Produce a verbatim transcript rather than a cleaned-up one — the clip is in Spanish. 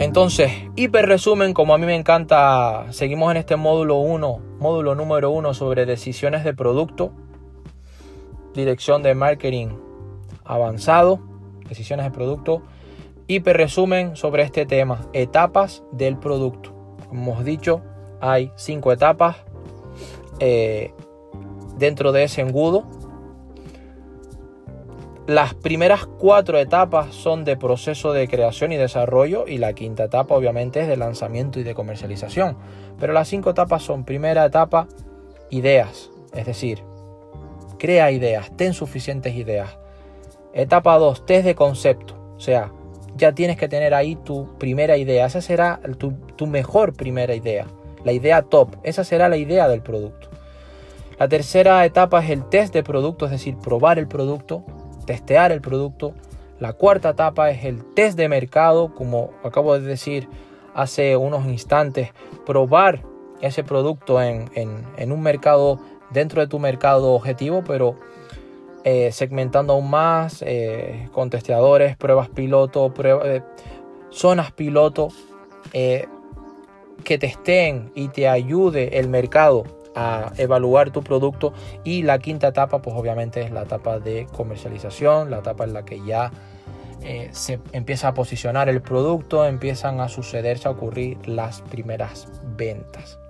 Entonces, hiper resumen, como a mí me encanta, seguimos en este módulo uno, módulo número uno sobre decisiones de producto, dirección de marketing avanzado, decisiones de producto. Hiper resumen sobre este tema, etapas del producto. Como hemos dicho, hay cinco etapas eh, dentro de ese embudo. Las primeras cuatro etapas son de proceso de creación y desarrollo y la quinta etapa obviamente es de lanzamiento y de comercialización. Pero las cinco etapas son: primera etapa, ideas, es decir, crea ideas, ten suficientes ideas. Etapa dos, test de concepto, o sea, ya tienes que tener ahí tu primera idea. Esa será tu, tu mejor primera idea, la idea top, esa será la idea del producto. La tercera etapa es el test de producto, es decir, probar el producto, testear el producto. La cuarta etapa es el test de mercado, como acabo de decir hace unos instantes, probar ese producto en, en, en un mercado, dentro de tu mercado objetivo, pero eh, segmentando aún más, eh, con testeadores, pruebas piloto, prueba, eh, zonas piloto, eh, que testeen y te ayude el mercado a evaluar tu producto. Y la quinta etapa pues obviamente es la etapa de comercialización, la etapa en la que ya eh, se empieza a posicionar el producto, empiezan a sucederse, a ocurrir las primeras ventas.